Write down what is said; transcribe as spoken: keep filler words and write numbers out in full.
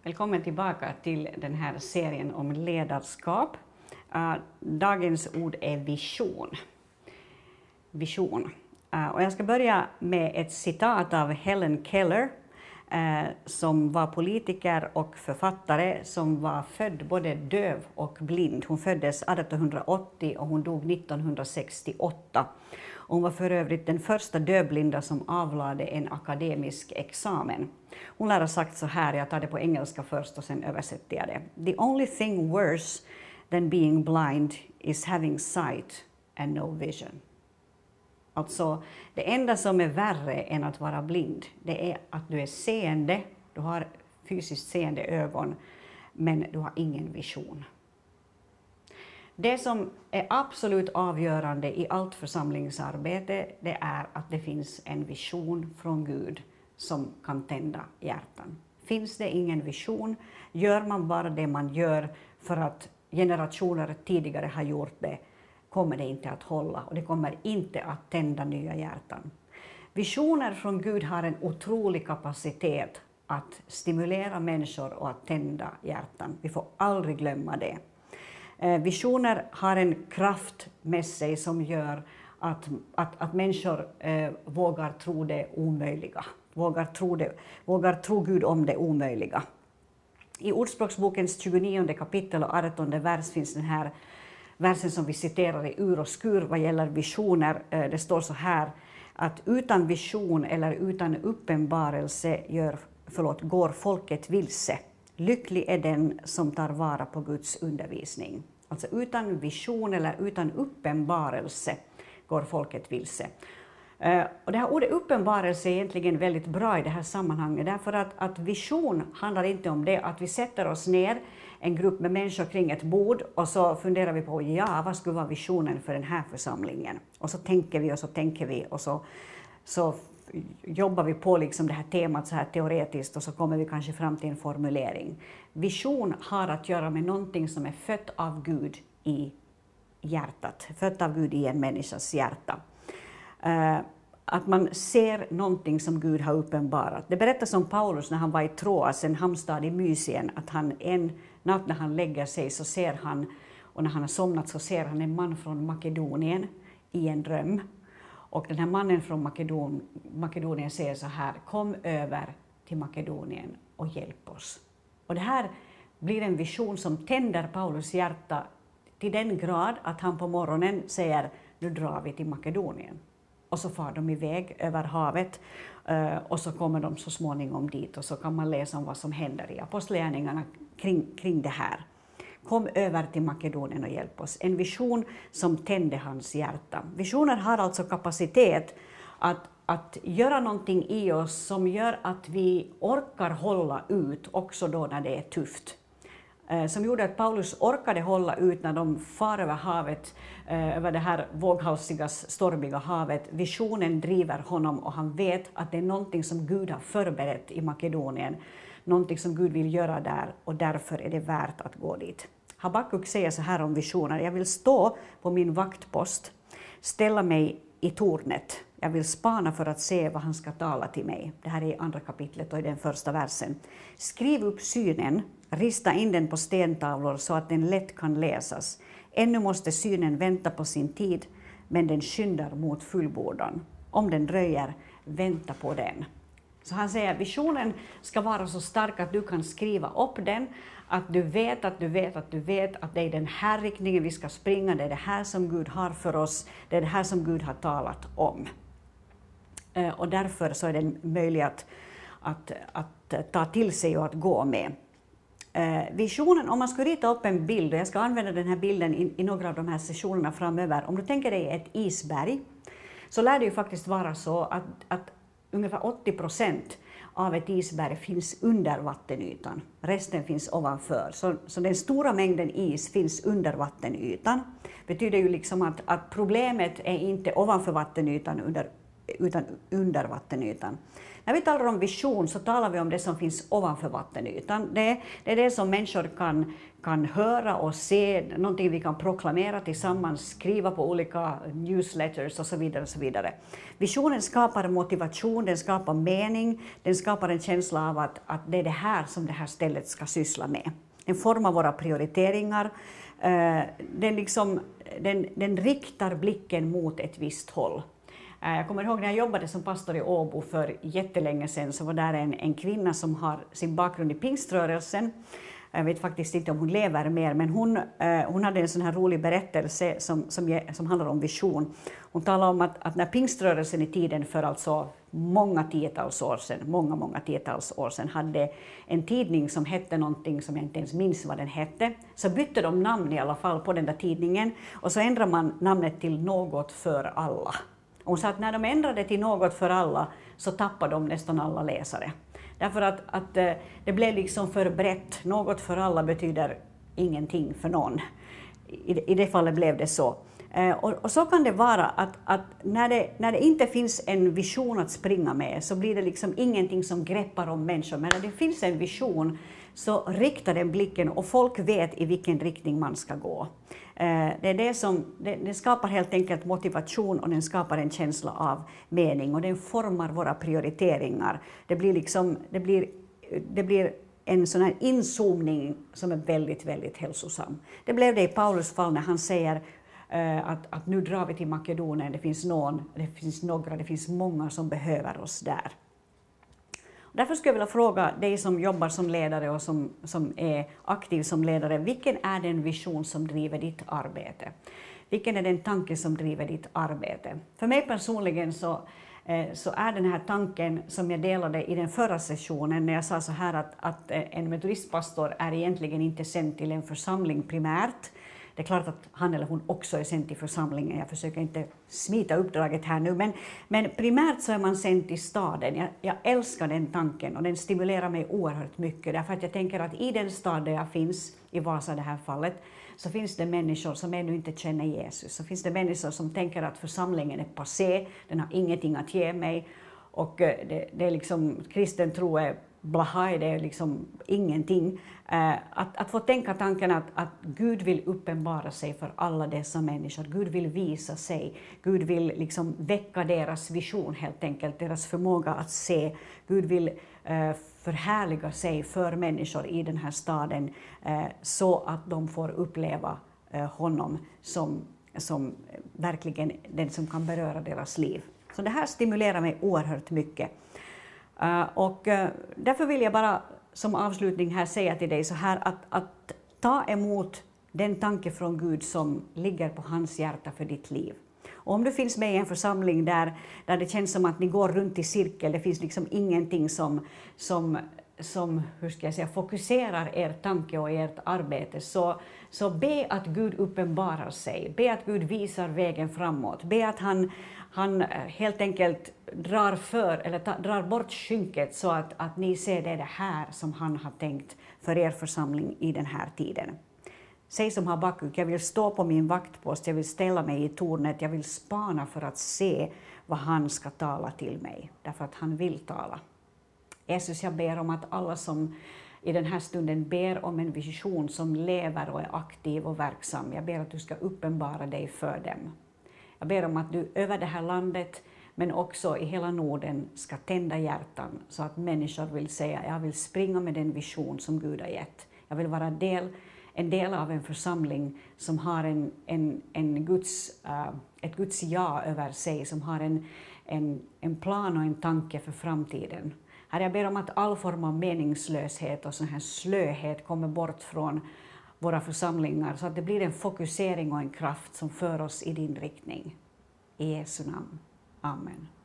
Välkommen tillbaka till den här serien om ledarskap. Uh, dagens ord är vision. Vision. Uh, och jag ska börja med ett citat av Helen Keller, uh, som var politiker och författare, som var född både döv och blind. Hon föddes arton åttio och hon dog nittonhundrasextioåtta. Hon var för övrigt den första dövblinda som avlade en akademisk examen. Hon lär ha sagt så här, jag tar det på engelska först och sen översätter jag det. The only thing worse than being blind is having sight and no vision. Alltså, det enda som är värre än att vara blind, det är att du är seende, du har fysiskt seende ögon, men du har ingen vision. Det som är absolut avgörande i allt församlingsarbete, det är att det finns en vision från Gud som kan tända hjärtan. Finns det ingen vision, gör man bara det man gör för att generationer tidigare har gjort det, kommer det inte att hålla och det kommer inte att tända nya hjärtan. Visioner från Gud har en otrolig kapacitet att stimulera människor och att tända hjärtan. Vi får aldrig glömma det. Visioner har en kraft med sig som gör att, att, att människor eh, vågar tro det omöjliga. Vågar tro, det, vågar tro Gud om det omöjliga. I Ordspråksbokens tjugonionde kapitel och artonde vers finns den här versen som vi citerar i ur och skur vad gäller visioner. Det står så här, att utan vision eller utan uppenbarelse gör, förlåt, går folket vilse. Lycklig är den som tar vara på Guds undervisning. Alltså utan vision eller utan uppenbarelse går folket vilse. Uh, och det här ordet uppenbarelse är egentligen väldigt bra i det här sammanhanget, därför att, att vision handlar inte om det att vi sätter oss ner, en grupp med människor kring ett bord, och så funderar vi på, ja, vad skulle vara visionen för den här församlingen? Och så tänker vi och så tänker vi och så, så jobbar vi på liksom det här temat så här teoretiskt och så kommer vi kanske fram till en formulering. Vision har att göra med någonting som är fött av Gud i hjärtat, fött av Gud i en människas hjärta. Uh, att man ser någonting som Gud har uppenbarat. Det berättas om Paulus när han var i Troas, en hamnstad i Mysien, att han en natt när han lägger sig så ser han, och när han har somnat så ser han en man från Makedonien i en dröm. Och den här mannen från Makedon, Makedonien säger så här, kom över till Makedonien och hjälp oss. Och det här blir en vision som tänder Paulus hjärta till den grad att han på morgonen säger, nu drar vi till Makedonien. Och så far de iväg över havet och så kommer de så småningom dit och så kan man läsa om vad som händer i apostlagärningarna kring, kring det här. Kom över till Makedonien och hjälp oss. En vision som tände hans hjärta. Visioner har alltså kapacitet att, att göra någonting i oss som gör att vi orkar hålla ut också då när det är tufft. Som gjorde att Paulus orkade hålla ut när de far över havet, över det här våghalsiga, stormiga havet. Visionen driver honom och han vet att det är någonting som Gud har förberett i Makedonien. Någonting som Gud vill göra där och därför är det värt att gå dit. Habakuk säger så här om visioner, jag vill stå på min vaktpost, ställa mig i tornet. Jag vill spana för att se vad han ska tala till mig. Det här är i andra kapitlet och i den första versen. Skriv upp synen, rista in den på stentavlor så att den lätt kan läsas. Ännu måste synen vänta på sin tid, men den skyndar mot fullbordan. Om den dröjer, vänta på den. Så han säger att visionen ska vara så stark att du kan skriva upp den, att du vet att du vet att du vet att det är den här riktningen vi ska springa, det är det här som Gud har för oss, det är det här som Gud har talat om. Och därför så är det möjligt att, att, att ta till sig och att gå med. Visionen, om man skulle rita upp en bild, och jag ska använda den här bilden i, i några av de här sessionerna framöver, om du tänker dig ett isberg, så lär det ju faktiskt vara så att, att ungefär åttio procent av ett isberg finns under vattenytan. Resten finns ovanför. Så, så den stora mängden is finns under vattenytan. Det betyder ju liksom att, att problemet är inte ovanför vattenytan under, utan under vattenytan. När vi talar om vision så talar vi om det som finns ovanför vattenytan. Det, det är det som människor kan, kan höra och se, någonting vi kan proklamera tillsammans, skriva på olika newsletters och så vidare. Och så vidare. Visionen skapar motivation, den skapar mening, den skapar en känsla av att, att det är det här som det här stället ska syssla med. Den formar våra prioriteringar, den, liksom, den, den riktar blicken mot ett visst håll. Jag kommer ihåg när jag jobbade som pastor i Åbo för jättelänge sedan, så var där en, en kvinna som har sin bakgrund i pingströrelsen. Jag vet faktiskt inte om hon lever mer, men hon, eh, hon hade en sån här rolig berättelse som, som, som handlar om vision. Hon talade om att, att när pingströrelsen i tiden för alltså många tiotals år sedan, många, många tiotals år sedan hade en tidning som hette någonting som jag inte ens minns vad den hette, så bytte de namn i alla fall på den där tidningen och så ändrade man namnet till Något för alla. Och hon sa att när de ändrade till Något för alla så tappade de nästan alla läsare. Därför att, att det blev liksom för brett. Något för alla betyder ingenting för någon. I, i det fallet blev det så. Och, och så kan det vara att, att när, det, när det inte finns en vision att springa med så blir det liksom ingenting som greppar om människor. Men när det finns en vision så riktar den blicken och folk vet i vilken riktning man ska gå. Det, är det, som, det, det skapar helt enkelt motivation och den skapar en känsla av mening och den formar våra prioriteringar. Det blir, liksom, det blir, det blir en sån här inzoomning som är väldigt, väldigt hälsosam. Det blev det i Paulus fall när han säger uh, att, att nu drar vi till Makedonien, det finns någon, det finns några, det finns många som behöver oss där. Därför skulle jag vilja fråga dig som jobbar som ledare och som, som är aktiv som ledare, vilken är den vision som driver ditt arbete? Vilken är den tanke som driver ditt arbete? För mig personligen så, eh, så är den här tanken som jag delade i den förra sessionen när jag sa så här att, att en metodistpastor är egentligen inte sänd till en församling primärt. Det är klart att han eller hon också är sänd till församlingen. Jag försöker inte smita uppdraget här nu. Men, men primärt så är man sänd till staden. Jag, jag älskar den tanken och den stimulerar mig oerhört mycket. Därför att jag tänker att i den stad där jag finns, i Vasa i det här fallet, så finns det människor som ännu inte känner Jesus. Så finns det människor som tänker att församlingen är passé, den har ingenting att ge mig. Och det, det är liksom, kristen tro är blahaj, det är liksom ingenting. Att, att få tänka tanken att, att Gud vill uppenbara sig för alla dessa människor. Gud vill visa sig. Gud vill liksom väcka deras vision helt enkelt, deras förmåga att se. Gud vill uh, förhärliga sig för människor i den här staden uh, så att de får uppleva uh, honom som, som verkligen den som kan beröra deras liv. Så det här stimulerar mig oerhört mycket. Uh, och uh, därför vill jag bara som avslutning här säga till dig så här att, att ta emot den tanke från Gud som ligger på hans hjärta för ditt liv. Och om du finns med i en församling där, där det känns som att ni går runt i cirkel, det finns liksom ingenting som, som, som hur ska jag säga, fokuserar er tanke och ert arbete, så, så be att Gud uppenbarar sig, be att Gud visar vägen framåt, be att han, han helt enkelt drar för eller ta, drar bort skynket så att, att ni ser det, det här som han har tänkt för er församling i den här tiden. Säg som Habakuk, jag vill stå på min vaktpost, jag vill ställa mig i tornet, jag vill spana för att se vad han ska tala till mig, därför att han vill tala. Jesus, jag ber om att alla som i den här stunden ber om en vision som lever och är aktiv och verksam, jag ber att du ska uppenbara dig för dem. Jag ber om att du över det här landet, men också i hela Norden, ska tända hjärtan så att människor vill säga, jag vill springa med den vision som Gud har gett. Jag vill vara del, en del av en församling som har en, en, en Guds, uh, ett Guds ja över sig, som har en, en, en plan och en tanke för framtiden. Herre, jag ber om att all form av meningslöshet och sån här slöhet kommer bort från våra församlingar så att det blir en fokusering och en kraft som för oss i din riktning. I Jesu namn. Amen.